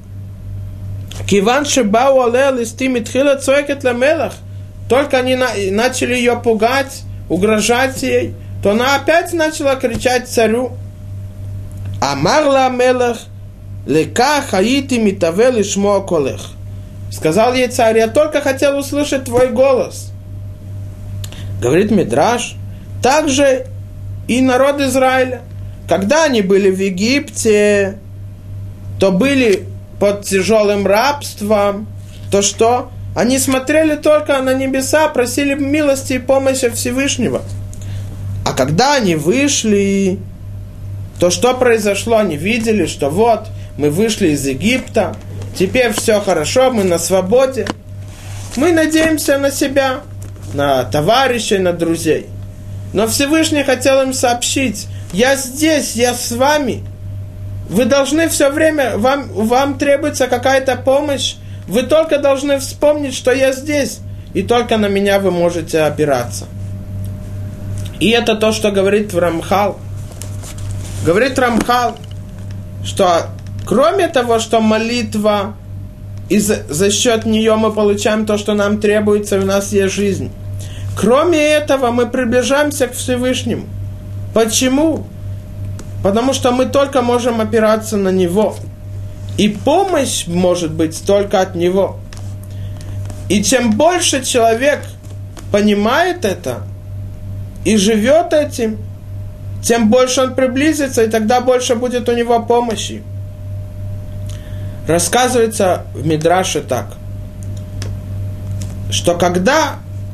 киван шебау алея листим итхила цуэкет ламелах. Только они на, начали ее пугать, угрожать ей, то она опять начала кричать царю. Амарла мелах лека хаити митаве лишмо колех. Сказал ей царь: я только хотел услышать твой голос. Говорит Мидраш, также и народ Израиля. Когда они были в Египте, то были под тяжелым рабством, то что? Они смотрели только на небеса, просили милости и помощи Всевышнего. А когда они вышли, то что произошло? Они видели, что вот, мы вышли из Египта, теперь все хорошо, мы на свободе. Мы надеемся на себя, на товарищей, на друзей. Но Всевышний хотел им сообщить: я здесь, я с вами. Вы должны все время, вам, вам требуется какая-то помощь. Вы только должны вспомнить, что я здесь. И только на меня вы можете опираться. И это то, что говорит Рамхал. Говорит Рамхал, что кроме того, что молитва, и за, за счет нее мы получаем то, что нам требуется, и у нас есть жизнь. Кроме этого, мы приближаемся к Всевышнему. Почему? Потому что мы только можем опираться на Него. И помощь может быть только от Него. И чем больше человек понимает это и живет этим, тем больше он приблизится, и тогда больше будет у него помощи. Рассказывается в Мидраше так, что когда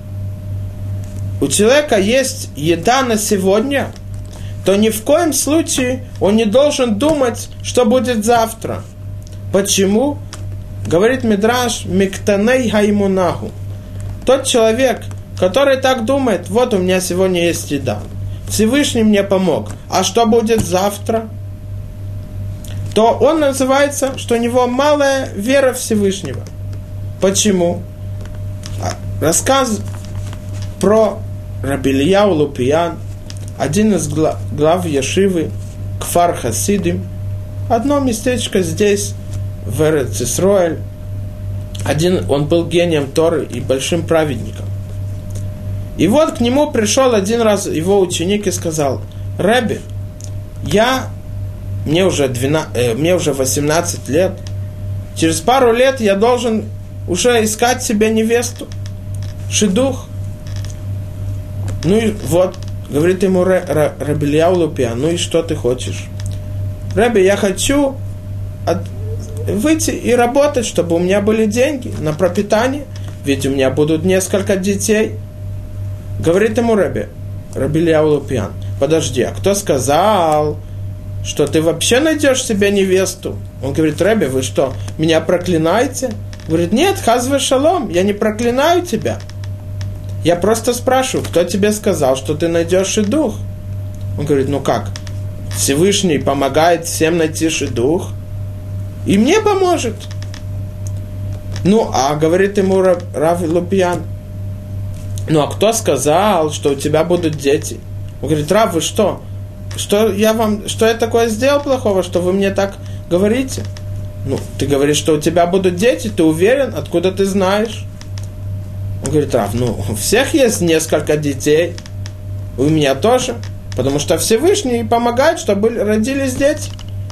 у человека есть еда на сегодня, то ни в коем случае он не должен думать, что будет завтра. Почему? Говорит Мидраш: «Миктаней хаймунаху». Тот человек, который так думает: вот у меня сегодня есть еда, Всевышний мне помог, а что будет завтра? То он называется, что у него малая вера Всевышнего. Почему? Рассказ про Раби Элияу Лупиян, один из глав, глав Ешивы, Кфар Хасидим, одно местечко здесь, в Эрец Исроэль. Один, он был гением Торы и большим праведником. И вот к нему пришел один раз его ученик и сказал: Ребби, я, мне уже, двенадцать, э, мне уже восемнадцать лет, через пару лет я должен уже искать себе невесту, шидух. Ну и вот, говорит ему Раби Элияу Лупиян: ну и что ты хочешь? Ребби, я хочу от, выйти и работать, чтобы у меня были деньги на пропитание, ведь у меня будут несколько детей. Говорит ему Ребби, Раби Элияу Лупиян: подожди, а кто сказал, что ты вообще найдешь себе невесту? Он говорит: Ребби, вы что, меня проклинаете? Говорит, нет, хазве шалом, я не проклинаю тебя. Я просто спрашиваю, кто тебе сказал, что ты найдешь шидух? Он говорит, ну как? Всевышний помогает всем найти шидух, и мне поможет. Ну, а говорит ему Рав Лупьян, ну а кто сказал, что у тебя будут дети? Он говорит, Рав, вы что? Что я вам, что я такое сделал плохого, что вы мне так говорите? Ну, ты говоришь, что у тебя будут дети, ты уверен? Откуда ты знаешь? Он говорит, Рав, ну, у всех есть несколько детей, у меня тоже, потому что Всевышний помогает, чтобы родились дети.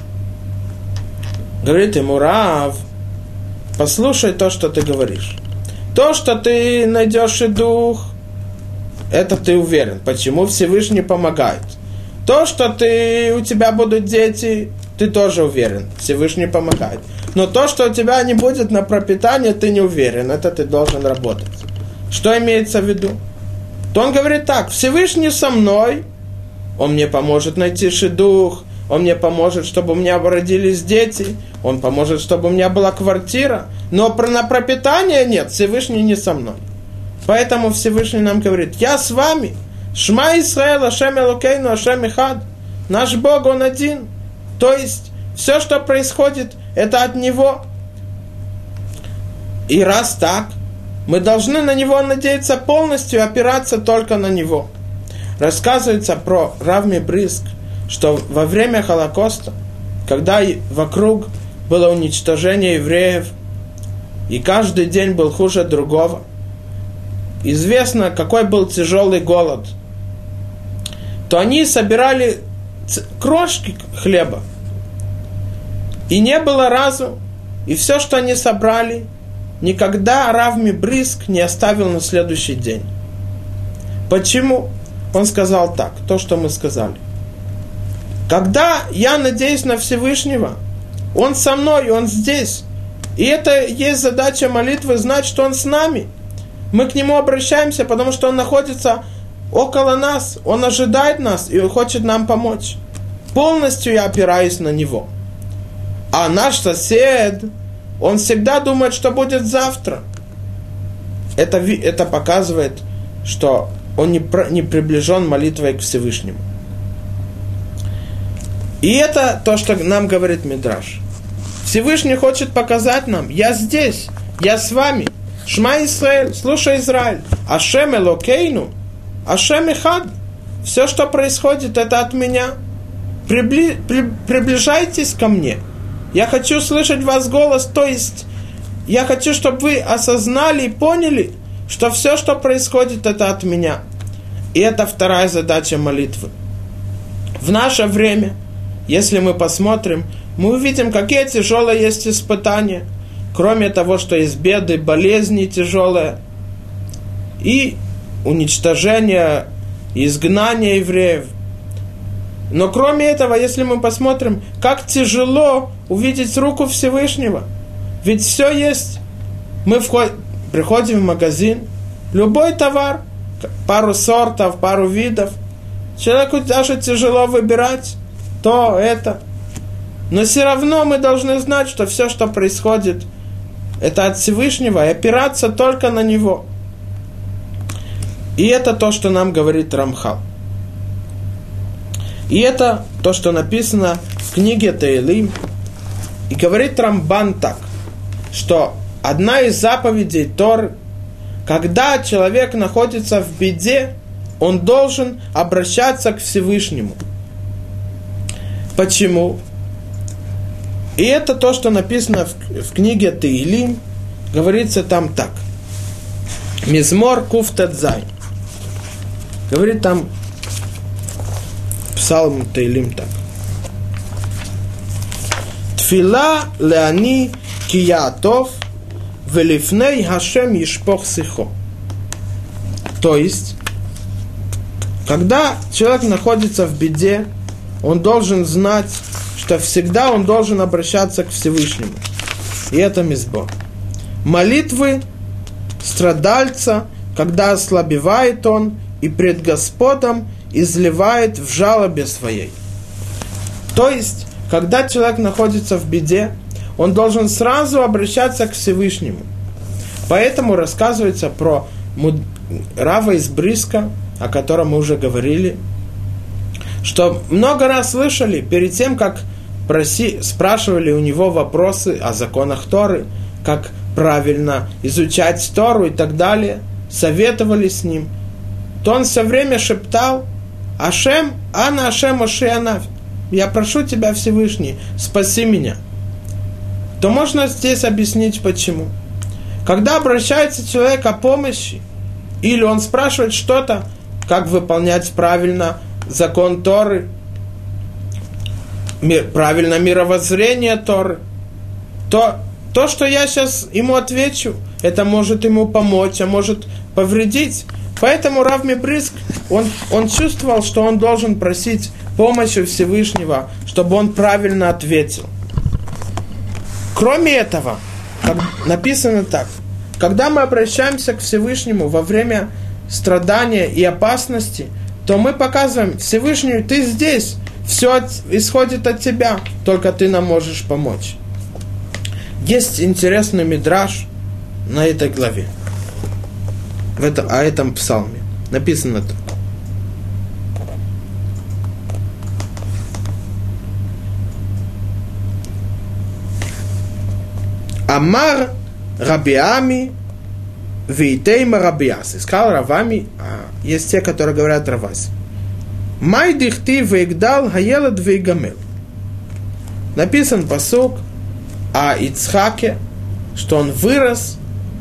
Говорит ему, Рав, послушай то, что ты говоришь. То, что ты найдешь и дух, это ты уверен. Почему Всевышний помогает? То, что ты, у тебя будут дети, ты тоже уверен. Всевышний помогает. Но то, что у тебя не будет на пропитание, ты не уверен. Это ты должен работать. Что имеется в виду? То он говорит так, Всевышний со мной, он мне поможет найти шидух, он мне поможет, чтобы у меня родились дети, он поможет, чтобы у меня была квартира, но про, на пропитание нет, Всевышний не со мной. Поэтому Всевышний нам говорит, я с вами, Шма Исраэл, Ашем Элокейну, Ашем Эхад, наш Бог, Он один. То есть, все, что происходит, это от Него. И раз так, мы должны на Него надеяться полностью, опираться только на Него. Рассказывается про Рав Мибриск, что во время Холокоста, когда вокруг было уничтожение евреев, и каждый день был хуже другого, известно, какой был тяжелый голод, то они собирали крошки хлеба. И не было разу, и все, что они собрали, никогда Рав Мибриск не оставил на следующий день. Почему? Он сказал так, то, что мы сказали. Когда я надеюсь на Всевышнего, Он со мной, Он здесь. И это есть задача молитвы, знать, что Он с нами. Мы к Нему обращаемся, потому что Он находится около нас, Он ожидает нас и хочет нам помочь. Полностью я опираюсь на Него. А наш сосед, он всегда думает, что будет завтра. Это, это показывает, что он не, не приближен молитвой к Всевышнему. И это то, что нам говорит Мидраш. Всевышний хочет показать нам, я здесь, я с вами. Шма Исраэль, слушай, Израиль. Ашем Элокейну, Ашем Эхад. Все, что происходит, это от меня. Прибли, при, приближайтесь ко мне. Я хочу слышать вас голос, то есть я хочу, чтобы вы осознали и поняли, что все, что происходит, это от меня. И это вторая задача молитвы. В наше время, если мы посмотрим, мы увидим, какие тяжелые есть испытания. Кроме того, что есть беды, болезни тяжелые, и уничтожение, изгнание евреев. Но кроме этого, если мы посмотрим, как тяжело увидеть руку Всевышнего. Ведь все есть. Мы вход... приходим в магазин, любой товар, пару сортов, пару видов. Человеку даже тяжело выбирать то, это. Но все равно мы должны знать, что все, что происходит, это от Всевышнего, и опираться только на Него. И это то, что нам говорит Рамхал. И это то, что написано в книге Теилим. И говорит Рамбан так, что одна из заповедей Торы, когда человек находится в беде, он должен обращаться к Всевышнему. Почему? И это то, что написано в, в книге Теилим, говорится там так. Мизмор Куф Тадзай. Говорит там Псалм Теилим так. Тфила леани киятов велифней Хашем ешпох сихо. То есть, когда человек находится в беде, он должен знать, что всегда он должен обращаться к Всевышнему. И это мизбор. Молитвы страдальца, когда ослабевает он, и пред Господом изливает в жалобе своей. То есть, когда человек находится в беде, он должен сразу обращаться к Всевышнему. Поэтому рассказывается про муд... Рава из Бриска, о котором мы уже говорили, что много раз слышали, перед тем, как проси... спрашивали у него вопросы о законах Торы, как правильно изучать Тору и так далее, советовали с ним, то он все время шептал: «Ашем, ана Ашем Ошианав, я прошу тебя, Всевышний, спаси меня». То можно здесь объяснить почему. Когда обращается человек о помощи, или он спрашивает что-то, как выполнять правильно закон Торы, мир, правильно мировоззрение Торы, то то, что я сейчас ему отвечу, это может ему помочь, а может повредить. Поэтому Рав Мибриск, он, он чувствовал, что он должен просить помощи Всевышнего, чтобы он правильно ответил. Кроме этого, как написано так: когда мы обращаемся к Всевышнему во время страдания и опасности, то мы показываем: Всевышний, ты здесь, все от, исходит от тебя, только ты нам можешь помочь. Есть интересный мидраш на этой главе, в этом, о этом псалме. Написано так. Амар Рабиами Вейтейма Рабиаси. Сказал Равами, а есть те, которые говорят Раваси. Май дихти вейгдал хаелад вейгамел. Написан пасук о Ицхаке, что он вырос,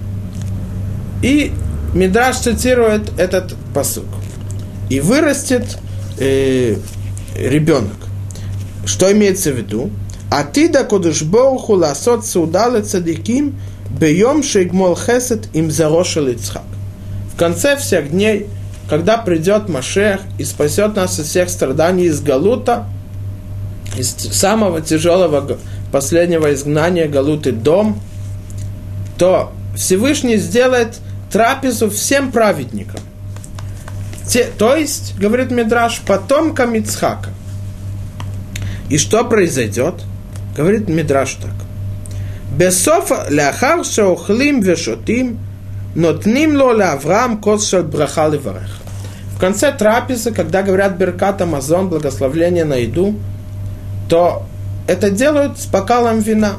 и Мидраш цитирует этот пасук. И вырастет э, ребенок. Что имеется в виду? Атида кодуш боуху ласот саудалы цадиким бейом шейгмол хесед им зарошил Ицхак. В конце всех дней, когда придет Машех и спасет нас от всех страданий из Галута, из самого тяжелого последнего изгнания Галуты дом, то Всевышний сделает трапезу всем праведникам. Те, то есть, говорит Мидраш, потомкам Ицхака. И что произойдет? Говорит Мидраш так. Бесофа ляхар шаохлим вешотим нотним ло лавраам кос шел браха леварех. В конце трапезы, когда говорят беркат амазон, благословление на еду, то это делают с бокалом вина.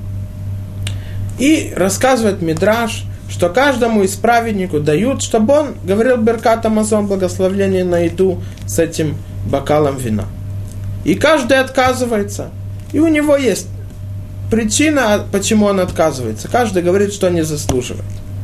И рассказывает Мидраш, что каждому из праведников дают, чтобы он говорил беркат амазон, благословление на еду с этим бокалом вина. И каждый отказывается. И у него есть причина, почему он отказывается. Каждый говорит, что не заслуживает.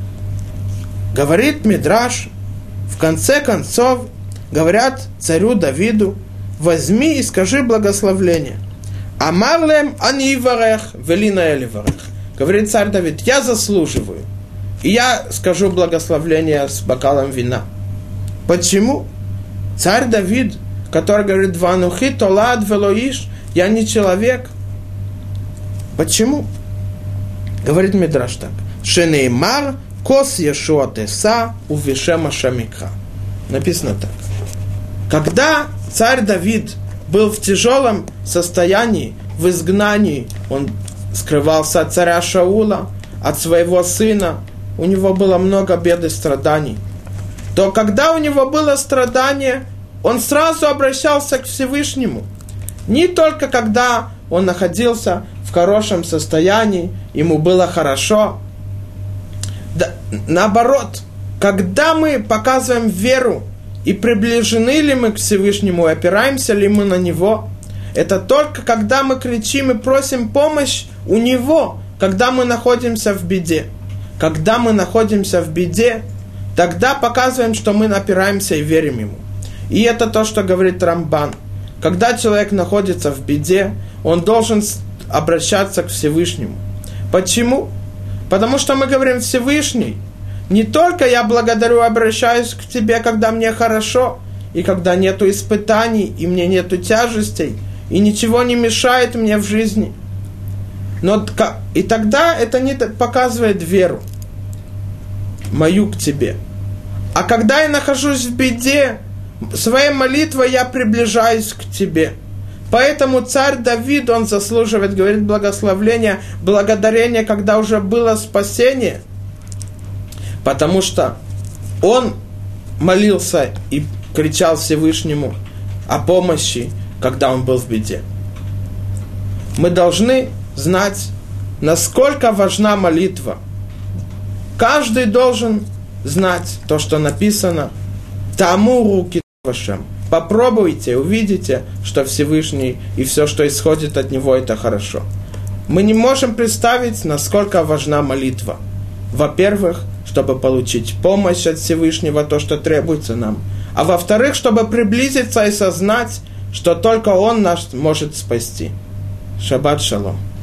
Говорит Мидраш, в конце концов, говорят царю Давиду: возьми и скажи благословление. Амарлем ани варех, велина эли варех. Говорит царь Давид: я заслуживаю. И я скажу благословление с бокалом вина. Почему? Царь Давид, который говорит: ванухи толад велоиш, я не человек. Почему? Говорит Мидраш так. Шенеймар кос Йешуа теса увишема шамикра. Написано так. Когда царь Давид был в тяжелом состоянии, в изгнании, он скрывался от царя Шаула, от своего сына, у него было много бед и страданий, то когда у него было страдание, он сразу обращался к Всевышнему. Не только когда он находился в хорошем состоянии, ему было хорошо. Да, наоборот, когда мы показываем веру и приближены ли мы к Всевышнему, опираемся ли мы на Него, это только когда мы кричим и просим помощь у Него, когда мы находимся в беде. Когда мы находимся в беде, тогда показываем, что мы опираемся и верим Ему. И это то, что говорит Рамбан. Когда человек находится в беде, он должен обращаться к Всевышнему. Почему? Потому что мы говорим: Всевышний, не только я благодарю, обращаюсь к Тебе, когда мне хорошо, и когда нету испытаний, и мне нету тяжестей, и ничего не мешает мне в жизни. Но, и тогда это не показывает веру мою к Тебе. А когда я нахожусь в беде, своей молитвой я приближаюсь к Тебе. Поэтому царь Давид, он заслуживает, говорит, благословления, благодарения, когда уже было спасение, потому что он молился и кричал Всевышнему о помощи, когда он был в беде. Мы должны знать, насколько важна молитва. Каждый должен знать то, что написано. Тому руки вашим. Попробуйте, увидите, что Всевышний и все, что исходит от Него, это хорошо. Мы не можем представить, насколько важна молитва. Во-первых, чтобы получить помощь от Всевышнего, то, что требуется нам. А во-вторых, чтобы приблизиться и сознать, что только Он нас может спасти. Шаббат шалом.